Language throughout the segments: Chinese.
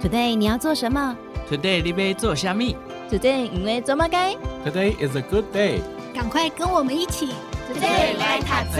Today 你要做什么？ Today 你要做什么？ Today 因为做乜该？ Today is a good day。 赶快跟我们一起 Today 来读册。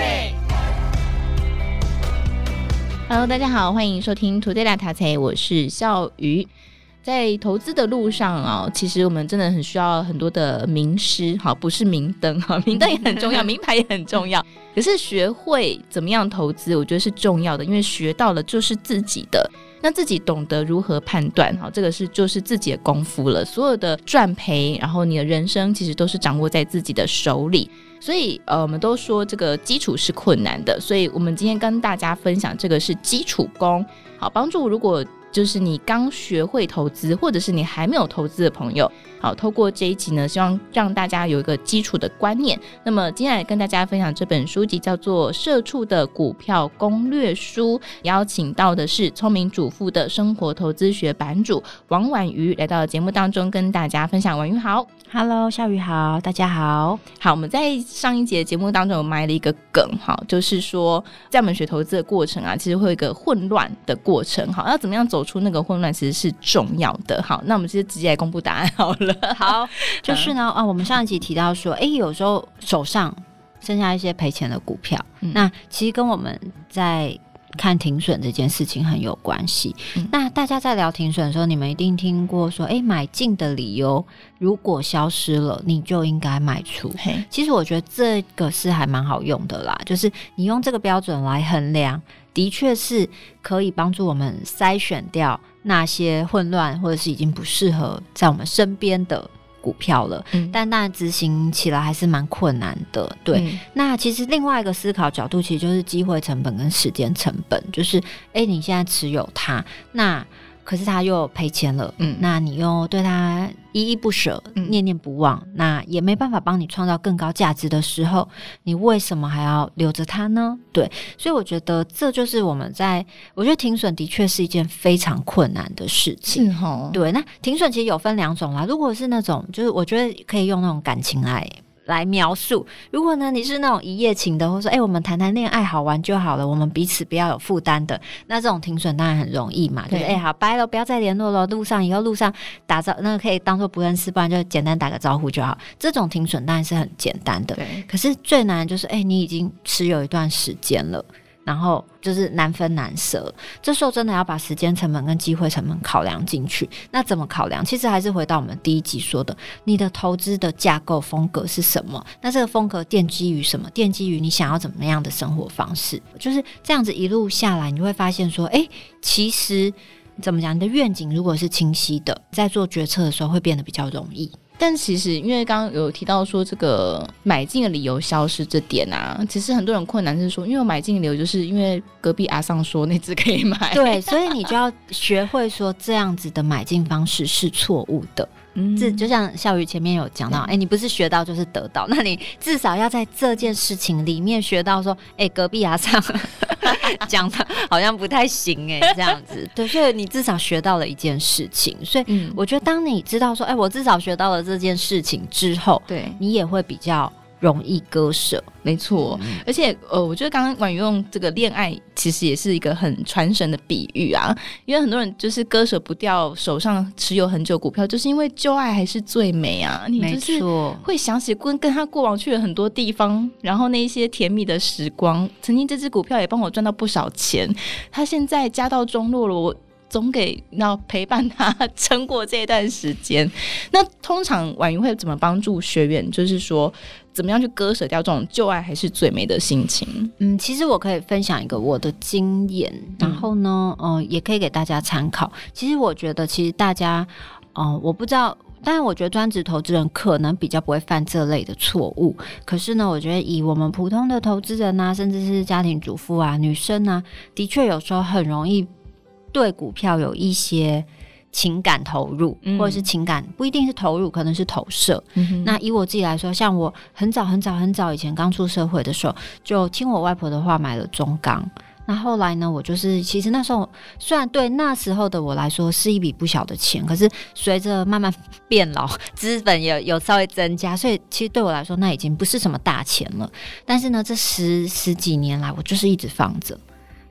Hello， 大家好，欢迎收听 Today 来读册，我是笑瑜。在投资的路上啊，其实我们真的很需要很多的名师，好，不是明灯，好，明灯也很重要，名牌也很重要。可是学会怎么样投资，我觉得是重要的，因为学到了就是自己的。那自己懂得如何判断，好，这个就是自己的功夫了。所有的赚赔，然后你的人生其实都是掌握在自己的手里。所以我们都说这个基础是困难的，所以我们今天跟大家分享这个是基础功，好，帮助如果就是你刚学会投资，或者是你还没有投资的朋友，好，透过这一集呢，希望让大家有一个基础的观念。那么今天来跟大家分享这本书籍叫做《社畜的股票攻略书》，邀请到的是聪明主妇的生活投资学版主王婉瑜来到节目当中跟大家分享。婉瑜好。 Hello， 笑瑜好，大家好。 好，我们在上一节节目当中有埋了一个梗，好，就是说在我们学投资的过程啊，其实会有一个混乱的过程，好，要怎么样走出那个混乱其实是重要的。好，那我们直接来公布答案好了。 好，就是呢，我们上一集提到说，有时候手上剩下一些赔钱的股票，那其实跟我们在看停损这件事情很有关系。那大家在聊停损的时候，你们一定听过说，买进的理由如果消失了，你就应该卖出。其实我觉得这个是还蛮好用的啦，就是你用这个标准来衡量，的确是可以帮助我们筛选掉那些混乱或者是已经不适合在我们身边的股票了，但当然执行起来还是蛮困难的。对，那其实另外一个思考角度其实就是机会成本跟时间成本，就是你现在持有它，那可是他又赔钱了，那你又对他依依不舍，念念不忘，那也没办法帮你创造更高价值的时候，你为什么还要留着它呢？对，所以我觉得这就是我觉得停损的确是一件非常困难的事情。对，那停损其实有分两种啦，如果是那种就是我觉得可以用那种感情来描述，如果呢你是那种一夜情的，或者说我们谈谈恋爱好玩就好了，我们彼此不要有负担的，那这种停损当然很容易嘛，就是好拜了，不要再联络了，以后路上打招那个可以当作不认识，不然就简单打个招呼就好，这种停损当然是很简单的。可是最难的就是你已经持有一段时间了，然后就是难分难舍，这时候真的要把时间成本跟机会成本考量进去。那怎么考量？其实还是回到我们第一集说的，你的投资的架构风格是什么？那这个风格奠基于什么？奠基于你想要怎么样的生活方式？就是这样子一路下来，你会发现说，其实怎么讲？你的愿景如果是清晰的，在做决策的时候会变得比较容易。 但其实因为刚刚有提到说这个买进的理由消失这点啊，其实很多人困难是说，因为我买进的理由就是因为隔壁阿桑说那只可以买， 对，所以你就要学会说这样子的买进方式是错误的。就像笑瑜前面有讲到，你不是学到就是得到，那你至少要在这件事情里面学到说，隔壁阿桑讲的好像不太行这样子。对，所以你至少学到了一件事情。所以我觉得当你知道说，我至少学到了这件事情之后，对，你也会比较容易割舍。 没错，而且我觉得刚刚婉瑜用这个恋爱其实也是一个很传神的比喻啊，因为很多人就是割舍不掉手上持有很久股票，就是因为旧爱还是最美啊，你就是会想起跟他过往去了很多地方，然后那一些甜蜜的时光，曾经这只股票也帮我赚到不少钱，他现在家道中落了，我总给要陪伴他撑过这一段时间。那通常婉瑜会怎么帮助学员，就是说怎么样去割舍掉这种旧爱还是最美的心情？ 其实我可以分享一个我的经验，然后呢也可以给大家参考。其实我觉得其实大家我不知道，当然我觉得专职投资人可能比较不会犯这类的错误，可是呢我觉得以我们普通的投资人啊，甚至是家庭主妇啊，女生啊，的确有时候很容易对股票有一些情感投入，或者是情感不一定是投入，可能是投射。那以我自己来说，像我很早以前刚出社会的时候，就听我外婆的话买了中钢。那后来呢，我就是其实那时候虽然对那时候的我来说是一笔不小的钱，可是随着慢慢变老，资本也有稍微增加，所以其实对我来说那已经不是什么大钱了。但是呢，这十几年来我就是一直放着。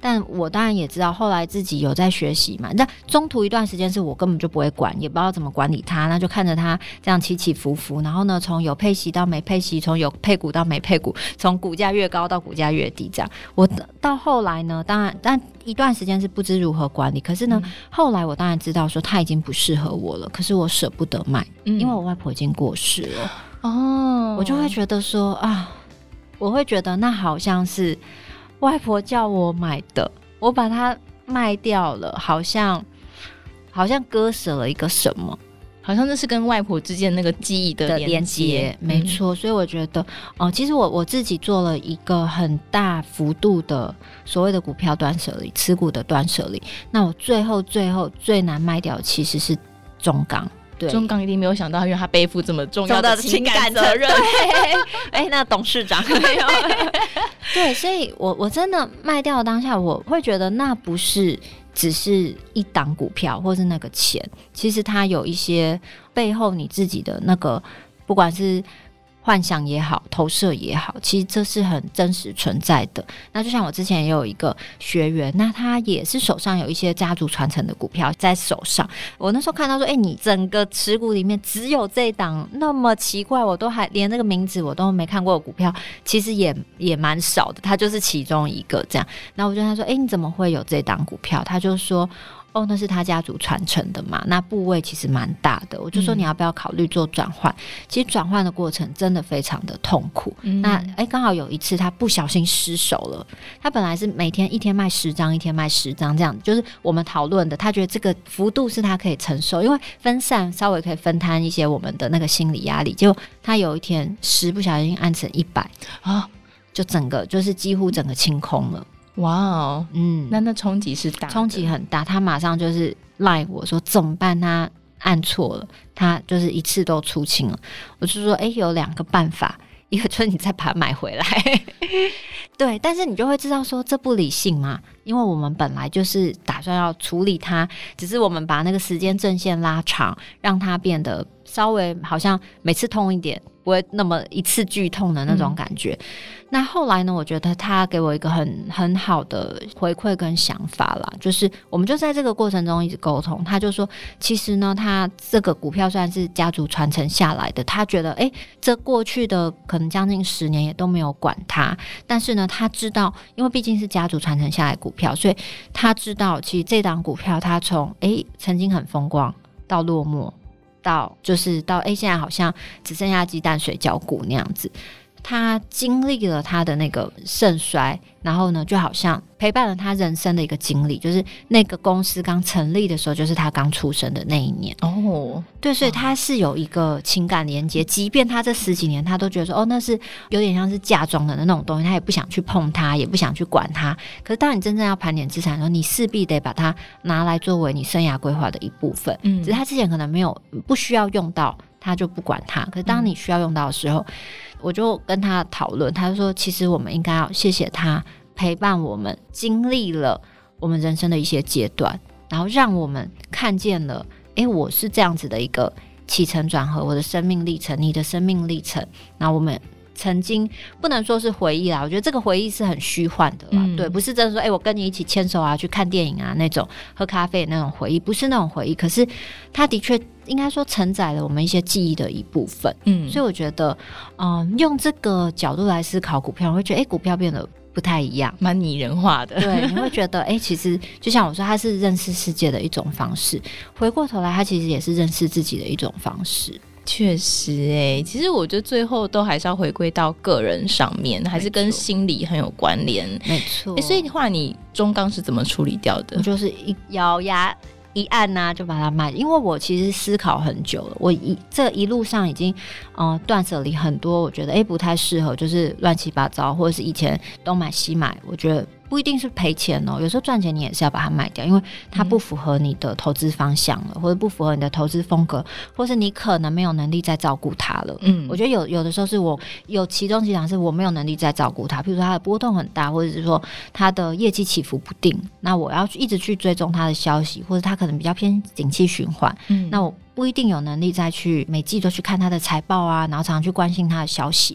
但我当然也知道后来自己有在学习嘛，但中途一段时间是我根本就不会管，也不知道怎么管理它，那就看着它这样起起伏伏，然后呢从有配息到没配息，从有配股到没配股，从股价越高到股价越低，这样我到后来呢，当然但一段时间是不知如何管理，可是呢后来我当然知道说它已经不适合我了，可是我舍不得卖，因为我外婆已经过世了我就会觉得说啊，我会觉得那好像是外婆叫我买的，我把它卖掉了，好像割舍了一个什么， 好像这是跟外婆之间那个记忆的连接， 没错。所以我觉得其实我自己做了一个很大幅度的所谓的股票断舍离，持股的断舍离。那我最后最难卖掉的其实是中钢。对， 中钢一定没有想到，因为他背负这么重要的情感责任。 对，那董事长对，所以我真的卖掉的当下，我会觉得那不是只是一档股票或是那个钱，其实它有一些背后你自己的那个，不管是幻想也好，投射也好，其实这是很真实存在的。那就像我之前也有一个学员，那他也是手上有一些家族传承的股票在手上，我那时候看到说你整个持股里面只有这一档，那么奇怪，我都还连那个名字我都没看过的股票，其实也蛮少的，他就是其中一个这样。然后我就跟他说你怎么会有这档股票？他就说那是他家族传承的嘛，那部位其实蛮大的，我就说你要不要考虑做转换，其实转换的过程真的非常的痛苦，那刚好有一次他不小心失手了，他本来是每天一天卖10张，一天卖10张这样，就是我们讨论的，他觉得这个幅度是他可以承受，因为分散稍微可以分摊一些我们的那个心理压力，结果他有一天10不小心按成100就整个就是几乎整个清空了。 哇哦，那冲击是大的， 冲击很大。他马上就是赖我说怎么办？他按错了，他就是一次都出清了。我就说有2个办法，一个就是你再把它买回来，对，但是你就会知道说这不理性嘛，因为我们本来就是打算要处理它，只是我们把那个时间阵线拉长，让它变得稍微好像每次痛一点，不会那么一次剧痛的那种感觉。那后来呢，我觉得他给我一个很好的回馈跟想法啦，就是我们就在这个过程中一直沟通，他就说其实呢他这个股票虽然是家族传承下来的，他觉得这过去的可能将近10年也都没有管它，但是呢他知道因为毕竟是家族传承下来的股票，所以他知道其实这档股票他从曾经很风光到落寞到就是到现在好像只剩下鸡蛋水饺股那样子，他经历了他的那个盛衰，然后呢就好像陪伴了他人生的一个经历，就是那个公司刚成立的时候就是他刚出生的那一年对，所以他是有一个情感连接，即便他这10几年他都觉得说那是有点像是嫁妆的那种东西，他也不想去碰它，也不想去管它，可是当你真正要盘点资产的时候，你势必得把它拿来作为你生涯规划的一部分，只是他之前可能不需要用到，他就不管它，可是当你需要用到的时候，我就跟他讨论，他就说其实我们应该要谢谢他陪伴我们经历了我们人生的一些阶段，然后让我们看见了我是这样子的一个起承转合，我的生命历程，你的生命历程，然后我们曾经不能说是回忆啦，我觉得这个回忆是很虚幻的啦，对，不是真的说我跟你一起牵手啊去看电影啊那种喝咖啡的那种回忆，不是那种回忆，可是它的确应该说承载了我们一些记忆的一部分，所以我觉得用这个角度来思考股票，我会觉得股票变得不太一样， 蛮拟人化的， 对，你会觉得其实就像我说，它是认识世界的一种方式，回过头来它其实也是认识自己的一种方式。 确实其实我觉得最后都还是要回归到个人上面，还是跟心理很有关联， 没错所以后来你中钢是怎么处理掉的？ 我就是一咬牙一按就把它卖，因为我其实思考很久了，我这一路上已经断舍离很多，我觉得不太适合，就是乱七八糟，或者是以前东买西买，我觉得不一定是赔钱有时候赚钱你也是要把它卖掉，因为它不符合你的投资方向了，或者不符合你的投资风格，或是你可能没有能力再照顾它了。我觉得有的时候是我有其中几档是我没有能力再照顾它，譬如说它的波动很大，或者是说它的业绩起伏不定，那我要一直去追踪它的消息，或者它可能比较偏景气循环，那我不一定有能力再去每季都去看它的财报啊，然后常常去关心它的消息。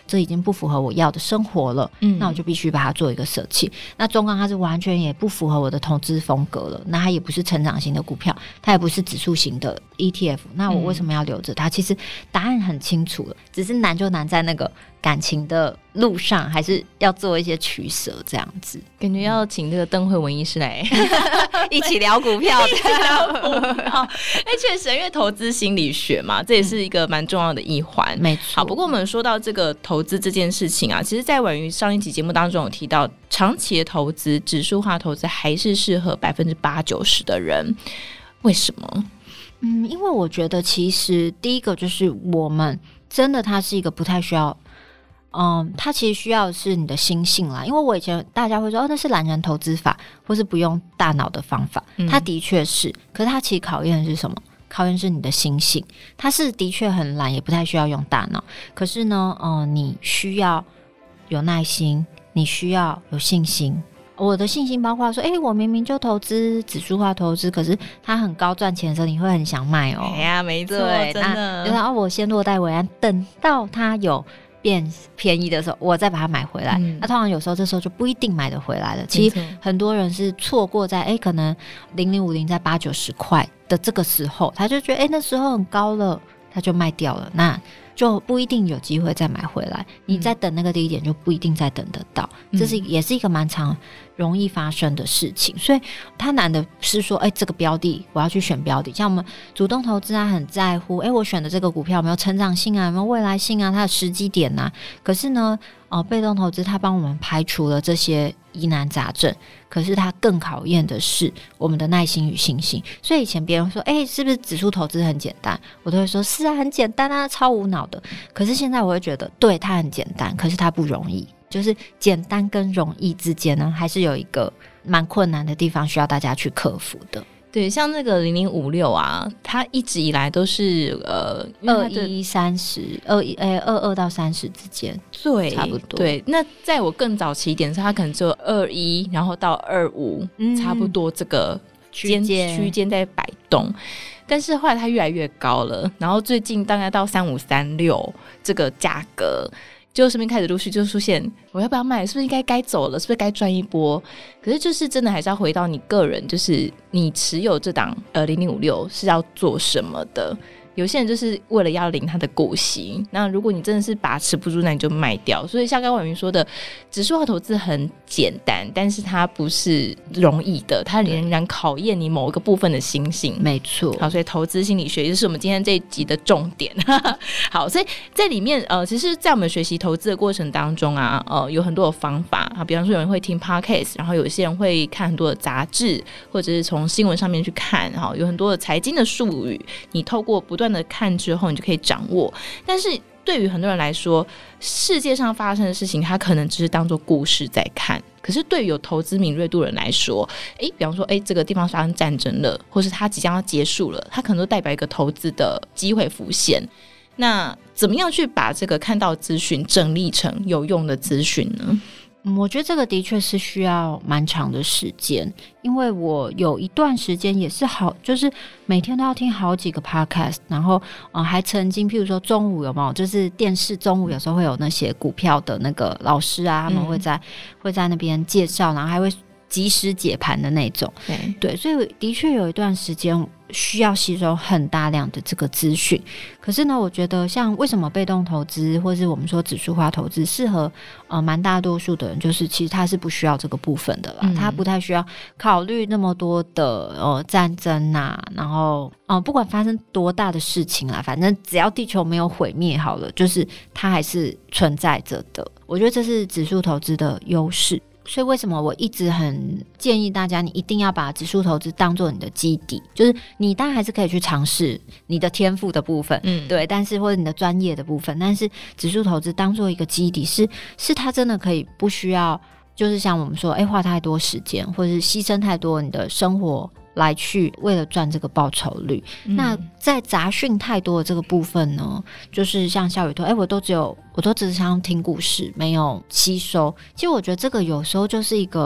这已经不符合我要的生活了，那我就必须把它做一个舍弃。那中钢它是完全也不符合我的投资风格了，那它也不是成长型的股票，它也不是指数型的 ETF， 那我为什么要留着它？其实答案很清楚了，只是难就难在那个感情的路上，还是要做一些取舍，这样子。 感觉要请这个邓慧文医师来一起聊股票的， 确实，因为投资心理学嘛，这也是一个蛮重要的一环。 没错。 好，不过我们说到这个投资这件事情啊，其实在婉瑜上一集节目当中有提到，长期的投资、指数化投资还是适合80%-90%的人，为什么？ 因为我觉得其实第一个就是我们真的它是一个不太需要。它其实需要的是你的心性啦，因为我以前大家会说那是懒人投资法或是不用大脑的方法，它的确是，可是它其实考验的是什么？考验是你的心性。它是的确很懒，也不太需要用大脑，可是呢你需要有耐心，你需要有信心。我的信心包括说我明明就投资指数化投资，可是它很高赚钱的时候你会很想卖哦。 没错，真的就是我先落袋为安，等到它有变便宜的时候我再把它买回来。那通常有时候这时候就不一定买得回来了。其实很多人是错过在可能0050在80-90块的这个时候，他就觉得那时候很高了，他就卖掉了，那就不一定有机会再买回来。你再等那个低点就不一定再等得到，这是也是一个蛮常容易发生的事情。所以他难的是说这个标的我要去选标的，像我们主动投资很在乎我选的这个股票有没有成长性啊，有没有未来性啊，它的时机点啊。可是呢被动投资它帮我们排除了这些疑难杂症，可是它更考验的是我们的耐心与信心。所以以前别人说是不是指数投资很简单，我都会说是啊，很简单啊，超无脑的。可是现在我会觉得对，它很简单，可是它不容易，就是简单跟容易之间呢还是有一个蛮困难的地方需要大家去克服的。 对，像那个0056啊，它一直以来都是 21-30，22到30之间， 对， 差不多。 对，那在我更早期一点是，它可能只有21，然后到25，差不多这个区间在摆动。但是后来它越来越高了，然后最近大概到3536这个价格。就身边开始陆续就出现，我要不要卖？是不是应该走了？是不是该赚一波？可是就是真的还是要回到你个人，就是你持有这档0056是要做什么的？有些人就是为了要领他的股息，那如果你真的是把持不住，那你就卖掉。所以像刚婉瑜说的，指数化投资很简单，但是它不是容易的，它仍然考验你某一个部分的心性。 没错。 好，所以投资心理学就是我们今天这一集的重点。好，所以在里面其实在我们学习投资的过程当中啊，有很多的方法啊，比方说有人会听 podcast， 然后有些人会看很多的杂志，或者是从新闻上面去看，有很多的财经的术语，你透过不断的看之后你就可以掌握。但是对于很多人来说，世界上发生的事情他可能只是当作故事在看，可是对于有投资敏锐度的人来说，比方说这个地方发生战争了，或是它即将要结束了，它可能都代表一个投资的机会浮现。那怎么样去把这个看到资讯整理成有用的资讯呢？ 我觉得这个的确是需要蛮长的时间，因为我有一段时间也是就是每天都要听好几个 podcast， 然后还曾经譬如说中午有没有，就是电视中午有时候会有那些股票的那个老师啊，他们会在那边介绍，然后还会即时解盘的那种。对，所以的确有一段时间需要吸收很大量的这个资讯。可是呢，我觉得像为什么被动投资或是我们说指数化投资适合蛮大多数的人，就是其实他是不需要这个部分的啦，他不太需要考虑那么多的战争啊，然后不管发生多大的事情啦，反正只要地球没有毁灭好了，就是它还是存在着的。我觉得这是指数投资的优势。所以为什么我一直很建议大家，你一定要把指数投资当做你的基底，就是你当然还是可以去尝试你的天赋的部分，对，但是或者你的专业的部分，但是指数投资当做一个基底，是它真的可以不需要，就是像我们说，花太多时间，或者是牺牲太多你的生活来去为了赚这个报酬率。那在杂讯太多的这个部分呢，就是像小雨说我都只是想听故事，没有吸收。其实我觉得这个有时候就是一个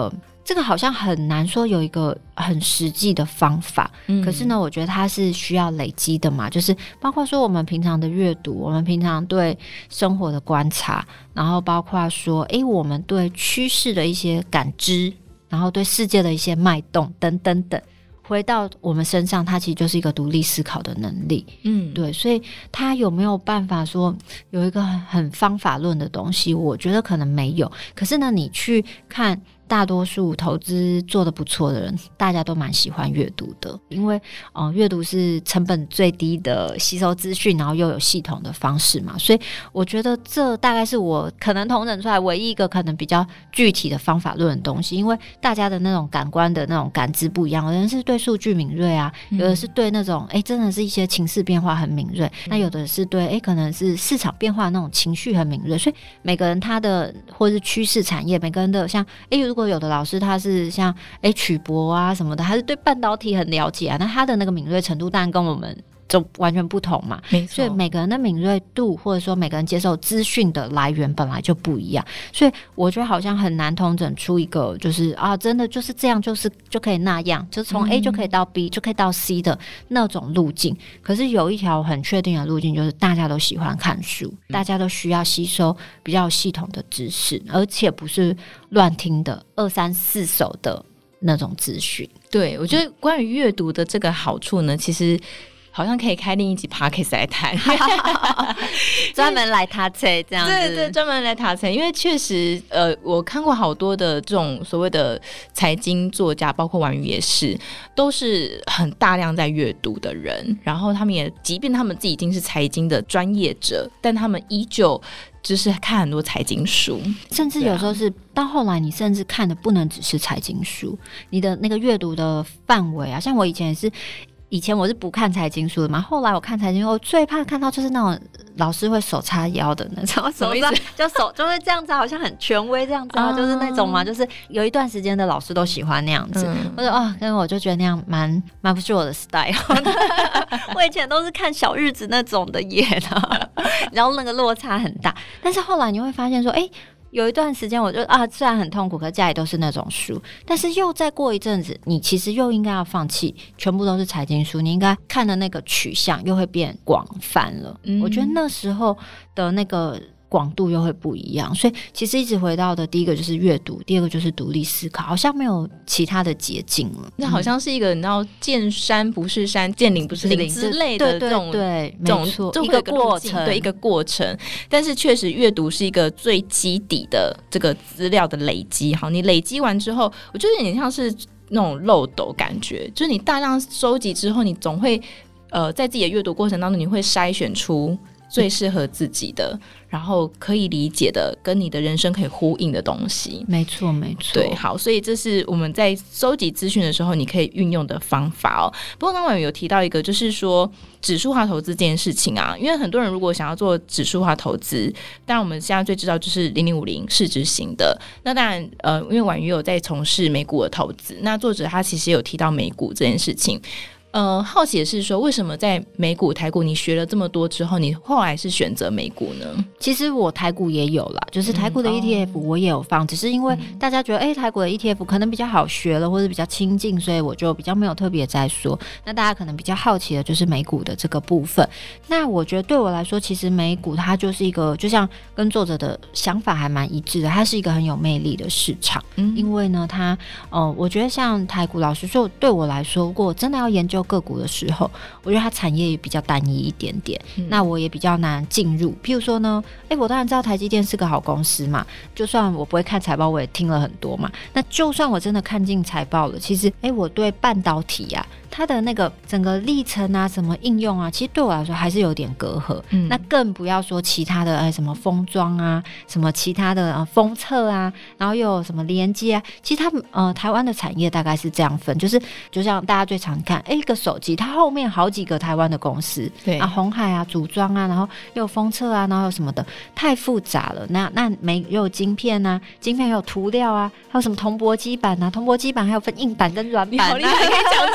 这个好像很难说有一个很实际的方法，可是呢我觉得它是需要累积的嘛，就是包括说我们平常的阅读，我们平常对生活的观察，然后包括说我们对趋势的一些感知，然后对世界的一些脉动等等等，回到我们身上，它其实就是一个独立思考的能力。对，所以它有没有办法说有一个很方法论的东西，我觉得可能没有。可是呢，你去看大多数投资做得不错的人，大家都蛮喜欢阅读的，因为阅读是成本最低的吸收资讯，然后又有系统的方式嘛，所以我觉得这大概是我可能统整出来唯一一个可能比较具体的方法论的东西。因为大家的那种感官的那种感知不一样，有人是对数据敏锐啊，有的是对那种真的是一些情势变化很敏锐，那有的是对可能是市场变化那种情绪很敏锐，所以每个人他的或是趋势产业，每个人的像如果有的老师他是像曲博啊什么的，他是对半导体很了解啊，那他的那个敏锐程度当然跟我们就完全不同嘛，所以每个人的敏锐度或者说每个人接受资讯的来源本来就不一样，所以我觉得好像很难统整出一个就是真的就是这样，就是就可以那样，就从 A 就可以到 B 就可以到 C 的那种路径。可是有一条很确定的路径，就是大家都喜欢看书，大家都需要吸收比较系统的知识，而且不是乱听的2、3、4手的那种资讯。 对，我觉得关于阅读的这个好处呢，其实好像可以开另一集 podcast 来谈， 专门来塔册这样子。 对，专门来塔册，因为确实我看过好多的这种所谓的财经作家，包括婉瑜也是，都是很大量在阅读的人，然后他们也即便他们自己已经是财经的专业者，但他们依旧就是看很多财经书， 甚至有时候是到后来你甚至看的不能只是财经书，你的那个阅读的范围啊，像我以前我是不看财经书的嘛，后来我看财经书，我最怕看到就是那种老师会手叉腰的那种， 什么意思？ 就手就会这样子，好像很权威这样子啊，就是那种嘛，就是有一段时间的老师都喜欢那样子，或者跟我就觉得那样蛮不是我的 style 我以前都是看小日子那种的耶然后那个落差很大，但是后来你会发现说有一段时间我就虽然很痛苦，可是家里都是那种书，但是又再过一阵子，你其实又应该要放弃全部都是财经书，你应该看的那个取向又会变广泛了。我觉得那时候的那个广度又会不一样，所以其实一直回到的第一个就是阅读，第二个就是独立思考，好像没有其他的捷径了。 那好像是一个你知道见山不是山，见岭不是岭之类的这种对，没错， 一个过程，对，一个过程。但是确实阅读是一个最基底的这个资料的累积。好，你累积完之后，我觉得有点像是那种漏斗感觉，就是你大量收集之后，你总会在自己的阅读过程当中，你会筛选出最适合自己的，然后可以理解的，跟你的人生可以呼应的东西。 没错没错， 对，好，所以这是我们在收集资讯的时候你可以运用的方法哦。不过刚刚有提到一个，就是说指数化投资这件事情啊，因为很多人如果想要做指数化投资，当然我们现在最知道就是0050市值型的，那当然因为婉瑜有在从事美股的投资，那作者他其实有提到美股这件事情。好奇的是说，为什么在美股、台股你学了这么多之后，你后来是选择美股呢？ 其实我台股也有啦，就是台股的 ETF 我也有放，只是因为大家觉得台股的 ETF 可能比较好学了，或者比较亲近，所以我就比较没有特别在说。那大家可能比较好奇的就是美股的这个部分。那我觉得对我来说，其实美股它就是一个，就像跟作者的想法还蛮一致的，它是一个很有魅力的市场。因为呢，它我觉得像台股，老实说，对我来说，如果我真的要研究个股的时候，我觉得它产业也比较单一一点点，那我也比较难进入。譬如说呢，我当然知道台积电是个好公司嘛，就算我不会看财报，我也听了很多嘛。那就算我真的看进财报了，其实我对半导体啊，它的那个整个历程啊，什么应用啊，其实对我来说还是有点隔阂。那更不要说其他的什么封装啊，什么其他的封测啊，然后又有什么连接啊，其实它台湾的产业大概是这样分，就是就像大家最常看一个手机，它后面好几个台湾的公司，对啊，鸿海啊，组装啊，然后又有封测啊，然后有什么的，太复杂了。那又有晶片啊，晶片又有涂料啊，还有什么铜箔基板啊，铜箔基板还有分硬板跟软板啊， 你好厉害，可以讲出来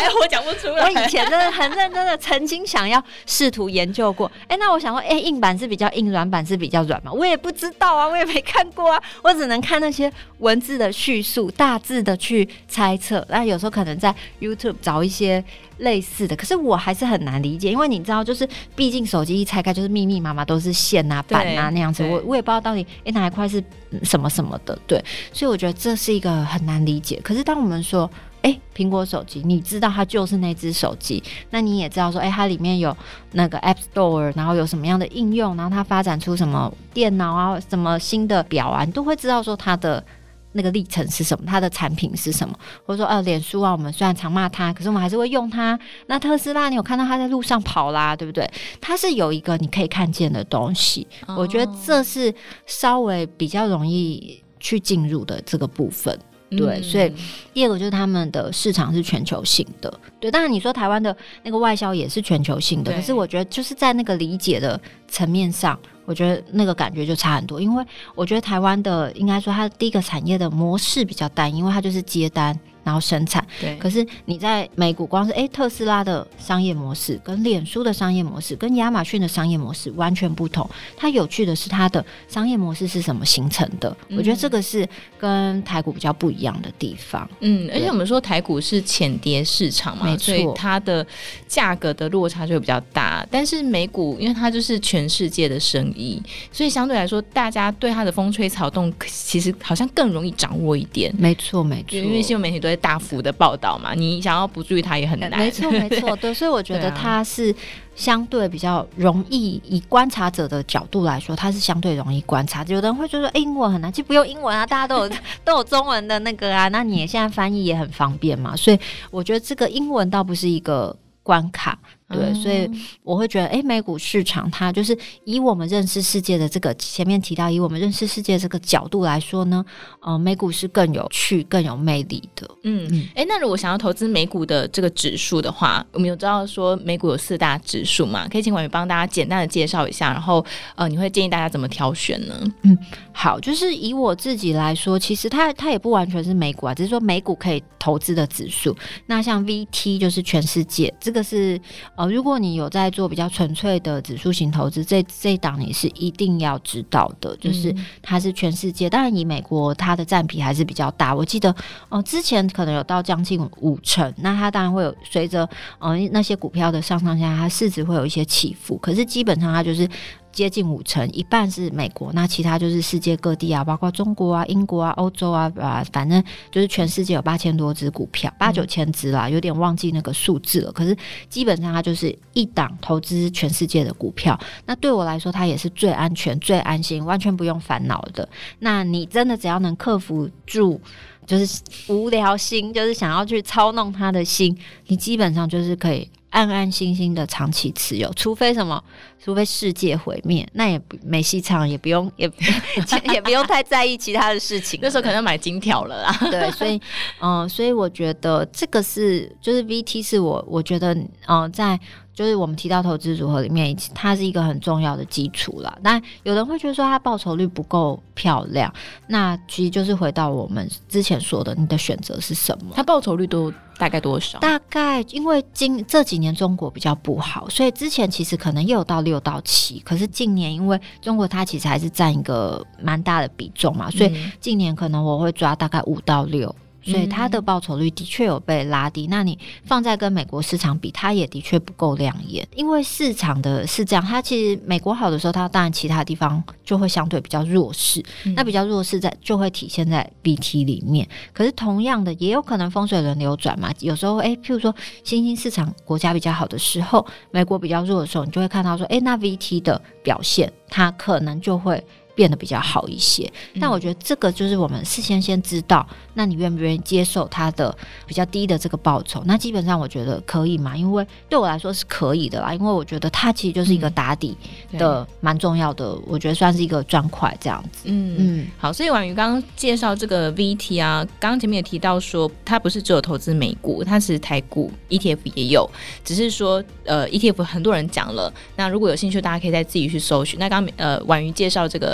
我讲不出来。 我以前真的很认真的曾经想要试图研究过，那我想说硬板是比较硬，软板是比较软嘛，我也不知道啊，我也没看过啊，我只能看那些文字的叙述，大致的去猜测，那有时候可能在 YouTube 找一些类似的，可是我还是很难理解，因为你知道就是毕竟手机一拆开就是密密麻麻都是线啊板啊那样子，我也不知道到底哪一块是什么什么的，对，所以我觉得这是一个很难理解。可是当我们说苹果手机，你知道它就是那只手机，那你也知道说它里面有那个 App Store， 然后有什么样的应用，然后它发展出什么电脑啊，什么新的表啊，你都会知道说它的那个历程是什么，它的产品是什么，或者说脸书啊，我们虽然常骂它，可是我们还是会用它。那特斯拉，你有看到它在路上跑啦，对不对？它是有一个你可以看见的东西，我觉得这是稍微比较容易去进入的这个部分。对，所以第二个就是他们的市场是全球性的。对，当然你说台湾的那个外销也是全球性的，可是我觉得就是在那个理解的层面上，我觉得那个感觉就差很多。因为我觉得台湾的应该说它第一个产业的模式比较单一，因为它就是接单然后生产。对，可是你在美股光是特斯拉的商业模式跟脸书的商业模式跟亚马逊的商业模式完全不同。它有趣的是它的商业模式是怎么形成的，我觉得这个是跟台股比较不一样的地方。而且我们说台股是浅跌市场嘛，所以它的价格的落差就会比较大。但是美股因为它就是全世界的生意，所以相对来说大家对它的风吹草动其实好像更容易掌握一点。没错没错，因为新闻媒体都在大幅的报道嘛，你想要不注意它也很难。没错没错，对，所以我觉得它是相对比较容易，以观察者的角度来说，它是相对容易观察。有的人会觉得英文很难，其实不用英文啊，大家都有中文的那个啊，那你也现在翻译也很方便嘛，所以我觉得这个英文倒不是一个关卡。对，所以我会觉得美股市场它就是以我们认识世界的这个前面提到以我们认识世界这个角度来说呢，美股是更有趣更有魅力的。那如果想要投资美股的这个指数的话，我们有知道说美股有4大指数嘛，可以请婉瑜帮大家简单的介绍一下，然后你会建议大家怎么挑选呢？好，就是以我自己来说，其实它也不完全是美股啊，只是说美股可以投资的指数。那像 VT 就是全世界，这个是如果你有在做比较纯粹的指数型投资，这一档你是一定要知道的，就是它是全世界，当然以美国它的占比还是比较大，我记得之前可能有到将近50%，那它当然会有随着那些股票的上上下下，它市值会有一些起伏，可是基本上它就是接近50%，一半是美国，那其他就是世界各地啊，包括中国啊、英国啊、欧洲啊，反正就是全世界有8000多只股票，8-9千只啦，有点忘记那个数字了。可是基本上它就是一档投资全世界的股票，那对我来说它也是最安全、最安心，完全不用烦恼的。那你真的只要能克服住就是无聊心，就是想要去操弄它的心，你基本上就是可以安安心心的长期持有，除非什么？除非世界毁灭，那也没戏唱，也不用也不用太在意其他的事情。那时候可能要买金条了啦。对，所以我觉得这个是就是 VT 是我觉得在就是我们提到投资组合里面，它是一个很重要的基础啦。但有人会觉得说它报酬率不够漂亮，那其实就是回到我们之前说的，你的选择是什么？它报酬率都大概多少？大概因为这几年中国比较不好，所以之前其实可能也有到6到7，可是近年因为中国它其实还是占一个蛮大的比重嘛，所以近年可能我会抓大概5到6。所以它的报酬率的确有被拉低，那你放在跟美国市场比，它也的确不够亮眼，因为市场的是这样，它其实美国好的时候，它当然其他地方就会相对比较弱势，那比较弱势就会体现在 BT 里面。可是同样的也有可能风水轮流转嘛，有时候譬如说新兴市场国家比较好的时候，美国比较弱的时候，你就会看到说那 VT 的表现它可能就会变得比较好一些。但我觉得这个就是我们事先知道，那你愿不愿意接受它的比较低的这个报酬？那基本上我觉得可以嘛，因为对我来说是可以的啦，因为我觉得它其实就是一个打底的蛮重要的，我觉得算是一个砖块这样子。好，所以婉瑜刚刚介绍这个 VT 啊，刚刚前面也提到说它不是只有投资美股，它其实台股 ETF 也有，只是说ETF 很多人讲了，那如果有兴趣大家可以再自己去搜寻。那刚刚婉瑜介绍这个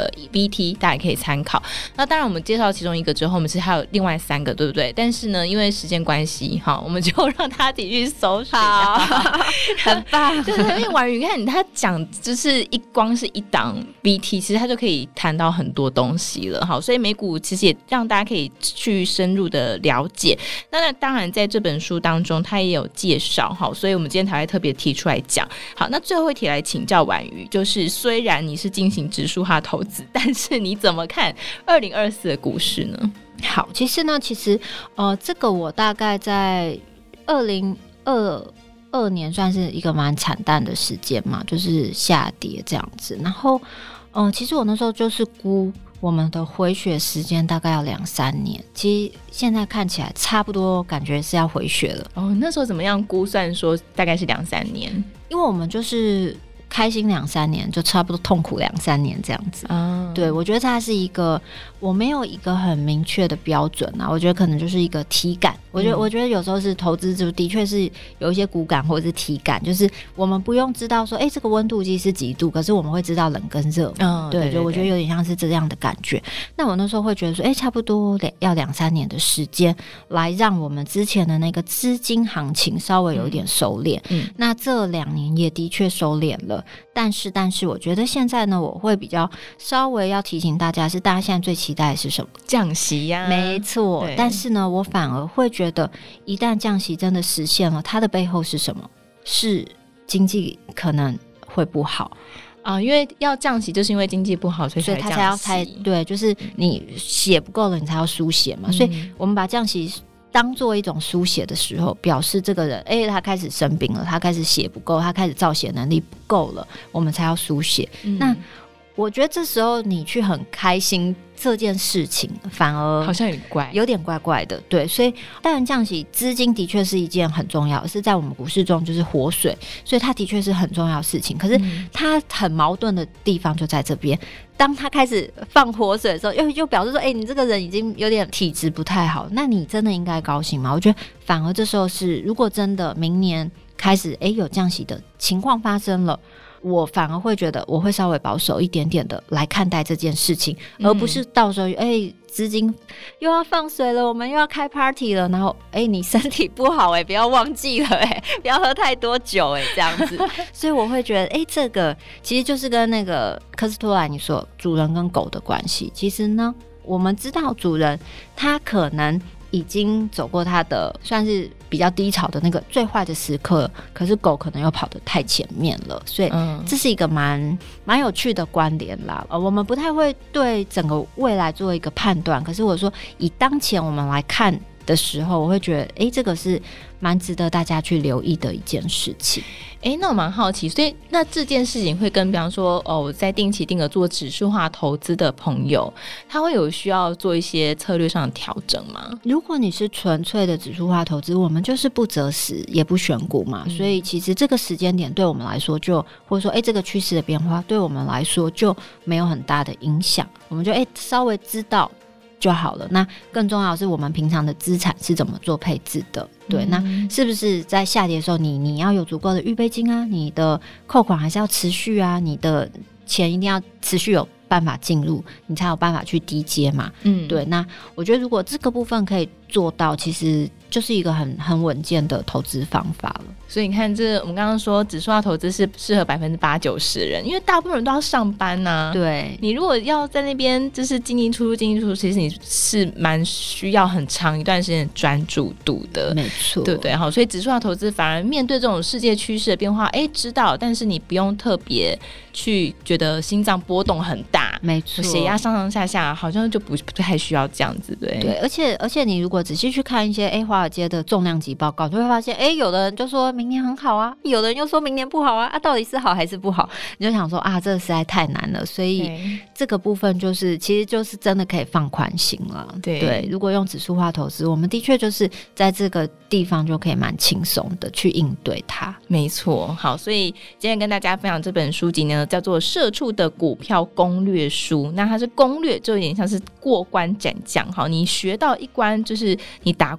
的 BT， 大家也可以参考。那当然我们介绍其中一个之后，我们其实还有另外3个，对不对？但是呢因为时间关系，好，我们就让他自己去搜寻。 好很棒。 对，因为婉瑜看他讲就是光是一档 BT， 其实他就可以谈到很多东西了。好，所以美股其实也让大家可以去深入的了解。那当然在这本书当中他也有介绍，好，所以我们今天才会特别提出来讲。好，那最后一题来请教婉瑜，就是虽然你是进行指数化投资，但是你怎么看2024的股市呢？ 好，其实这个我大概在2022年算是一个蛮惨淡的时间嘛，就是下跌这样子。然后其实我那时候就是估我们的回血时间大概要2-3年，其实现在看起来差不多感觉是要回血了。 那时候怎么样估算说大概是2-3年？ 因为我们就是开心2-3年，就差不多痛苦2-3年这样子。对，我觉得它是一个，我没有一个很明确的标准啊，我觉得可能就是一个体感。我觉得有时候是投资就的确是有一些骨感或者是体感，就是我们不用知道说这个温度计是几度，可是我们会知道冷跟热。对，就我觉得有点像是这样的感觉。那我那时候会觉得说差不多要2-3年的时间来让我们之前的那个资金行情稍微有一点收敛。那这2年也的确收敛了，但是我觉得现在呢，我会比较稍微要提醒大家是，大家现在最期待的是什么？ 降息呀。 没错。但是呢，我反而会觉得一旦降息真的实现了，它的背后是什么？是经济可能会不好因为要降息就是因为经济不好，所以它才要对，就是你血不够了，你才要输血嘛。所以我们把降息当做一种输血的时候，表示这个人他开始生病了，他开始血不够，他开始造血能力不够了，我们才要输血。那我觉得这时候你去很开心这件事情，反而好像有点怪怪的。对，所以当然降息资金的确是一件很重要，是在我们股市中就是活水，所以它的确是很重要的事情。可是它很矛盾的地方就在这边，当他开始放活水的时候，又表示说你这个人已经有点体质不太好，那你真的应该高兴吗？我觉得反而这时候是，如果真的明年开始有降息的情况发生了，我反而会觉得我会稍微保守一点点的来看待这件事情，而不是到时候资金又要放水了，我们又要开 party 了，然后你身体不好不要忘记了不要喝太多酒这样子。所以我会觉得这个其实就是跟那个科斯托兰你说主人跟狗的关系。其实呢，我们知道主人他可能已经走过他的算是比较低潮的那个最坏的时刻，可是狗可能又跑得太前面了，所以这是一个蛮有趣的关联啦。我们不太会对整个未来做一个判断，可是我说以当前我们来看的时候，我会觉得这个是蛮值得大家去留意的一件事情。 那我蛮好奇，所以那这件事情会跟比方说我在定期定额做指数化投资的朋友，他会有需要做一些策略上的调整吗？ 如果你是纯粹的指数化投资，我们就是不择时也不选股嘛，所以其实这个时间点对我们来说就或者说这个趋势的变化对我们来说就没有很大的影响，我们就稍微知道就好了。那更重要的是我们平常的资产是怎么做配置的。对，那是不是在下跌的时候你要有足够的预备金啊，你的扣款还是要持续啊，你的钱一定要持续有办法进入，你才有办法去低接嘛。对，那我觉得如果这个部分可以做到，其实就是一个很稳健的投资方法了。 所以你看我们刚刚说指数化投资是适合80%-90%的人，因为大部分人都要上班啊。 对， 你如果要在那边就是进进出出，其实你是蛮需要很长一段时间的专注度的。 没错， 对不对？好，所以指数化投资反而面对这种世界趋势的变化知道，但是你不用特别去觉得心脏波动很大， 没错， 血压上上下下，好像就不太需要这样子。 对，而且你如果仔细去看一些华尔街的重量级报告，就会发现有的人就说明年很好啊，有的人又说明年不好啊，到底是好还是不好？你就想说这个实在太难了，所以这个部分就是其实就是真的可以放宽心了。对，如果用指数化投资，我们的确就是在这个地方就可以蛮轻松的去应对它。 没错。好，所以今天跟大家分享这本书籍呢，叫做《社畜的股票攻略书》。那它是攻略，就有点像是过关斩将。好，你学到一关，就是你打过了一关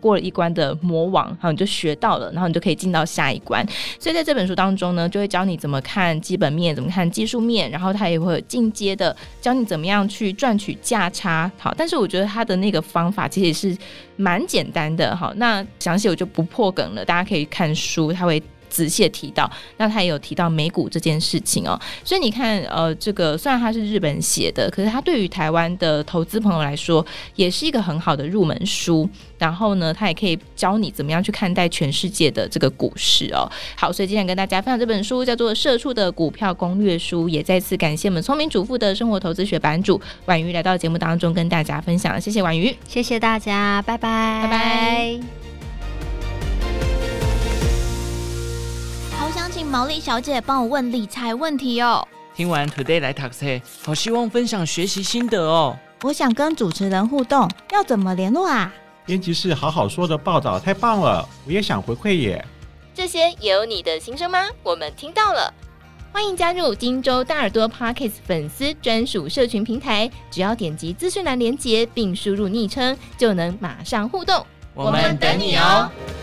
关的魔王，然后你就学到了，然后你就可以进到下一关。所以在这本书当中呢，就会教你怎么看基本面，怎么看技术面，然后它也会有进阶的教你怎么样去赚取价差。好，但是我觉得它的那个方法其实也是蛮简单的。好，那详细我就不破梗了，大家可以看书，它会仔细的提到。那他也有提到美股这件事情哦，所以你看这个虽然他是日本写的，可是他对于台湾的投资朋友来说也是一个很好的入门书，然后呢他也可以教你怎么样去看待全世界的这个股市哦。好，所以今天跟大家分享这本书叫做《社畜的股票攻略书》，也再次感谢我们聪明主妇的生活投资学版主婉瑜来到节目当中跟大家分享，谢谢婉瑜， 谢谢大家，拜拜， 拜拜。 好想请毛利小姐帮我问理财问题哦。 听完 Today 来读册，好希望分享学习心得哦。 我想跟主持人互动，要怎么联络啊？ 编辑室好好说的报道太棒了，我也想回馈耶。 这些也有你的心声吗？我们听到了。欢迎加入金州大耳朵 Podcast 粉丝专属社群平台，只要点击资讯栏连结并输入昵称，就能马上互动。 我们等你哦。